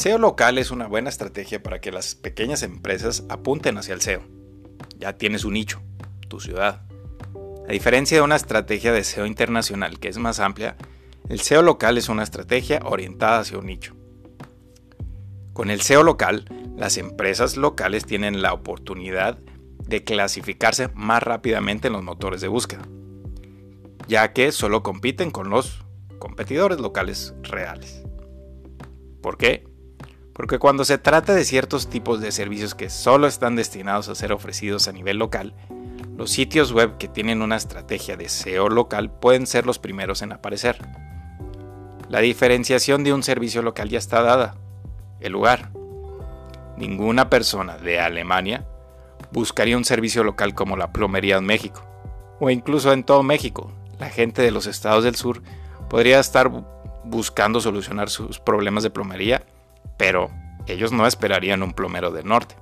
SEO local es una buena estrategia para que las pequeñas empresas apunten hacia el SEO. Ya tienes un nicho, tu ciudad. A diferencia de una estrategia de SEO internacional que es más amplia, el SEO local es una estrategia orientada hacia un nicho. Con el SEO local, las empresas locales tienen la oportunidad de clasificarse más rápidamente en los motores de búsqueda, ya que solo compiten con los competidores locales reales. ¿Por qué? Porque cuando se trata de ciertos tipos de servicios que solo están destinados a ser ofrecidos a nivel local, los sitios web que tienen una estrategia de SEO local pueden ser los primeros en aparecer. La diferenciación de un servicio local ya está dada: el lugar. Ninguna persona de Alemania buscaría un servicio local como la plomería en México, o incluso en todo México. La gente de los estados del sur podría estar buscando solucionar sus problemas de plomería, pero ellos no esperarían un plomero del norte.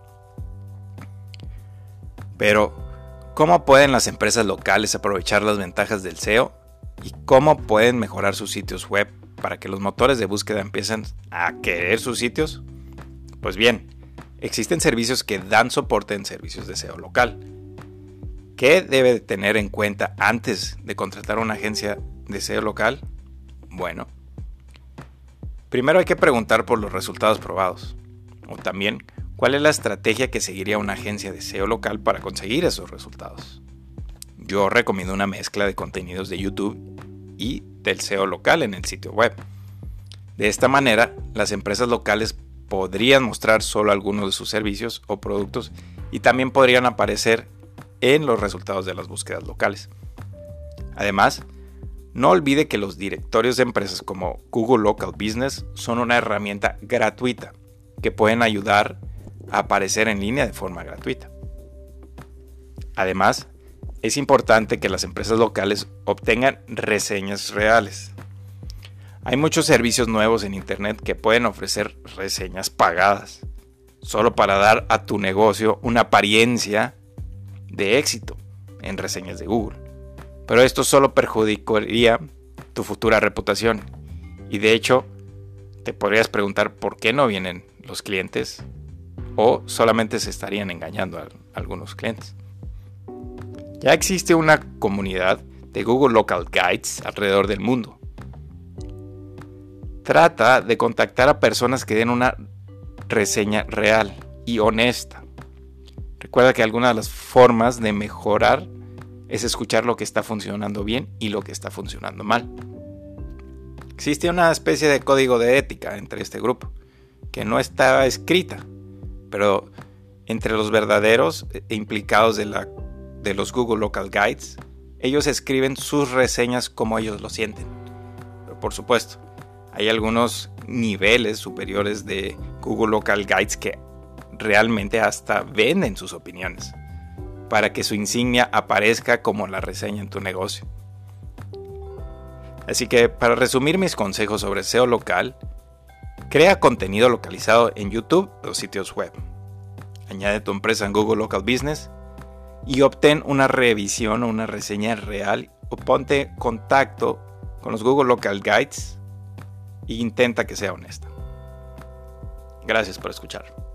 Pero, ¿cómo pueden las empresas locales aprovechar las ventajas del SEO? ¿Y cómo pueden mejorar sus sitios web para que los motores de búsqueda empiecen a querer sus sitios? Pues bien, existen servicios que dan soporte en servicios de SEO local. ¿Qué debe tener en cuenta antes de contratar una agencia de SEO local? Bueno, primero hay que preguntar por los resultados probados, o también cuál es la estrategia que seguiría una agencia de SEO local para conseguir esos resultados. Yo recomiendo una mezcla de contenidos de YouTube y del SEO local en el sitio web. De esta manera, las empresas locales podrían mostrar solo algunos de sus servicios o productos y también podrían aparecer en los resultados de las búsquedas locales. Además, no olvide que los directorios de empresas como Google Local Business son una herramienta gratuita que pueden ayudar a aparecer en línea de forma gratuita. Además, es importante que las empresas locales obtengan reseñas reales. Hay muchos servicios nuevos en Internet que pueden ofrecer reseñas pagadas, solo para dar a tu negocio una apariencia de éxito en reseñas de Google. Pero esto solo perjudicaría tu futura reputación. Y de hecho, te podrías preguntar por qué no vienen los clientes, o solamente se estarían engañando a algunos clientes. Ya existe una comunidad de Google Local Guides alrededor del mundo. Trata de contactar a personas que den una reseña real y honesta. Recuerda que alguna de las formas de mejorar es escuchar lo que está funcionando bien y lo que está funcionando mal. Existe una especie de código de ética entre este grupo, que no está escrita, pero entre los verdaderos implicados de los Google Local Guides, ellos escriben sus reseñas como ellos lo sienten. Pero por supuesto, hay algunos niveles superiores de Google Local Guides que realmente hasta venden sus opiniones para que su insignia aparezca como la reseña en tu negocio. Así que, para resumir mis consejos sobre SEO local, crea contenido localizado en YouTube o sitios web. Añade tu empresa en Google Local Business y obtén una revisión o una reseña real, o ponte en contacto con los Google Local Guides e intenta que sea honesta. Gracias por escuchar.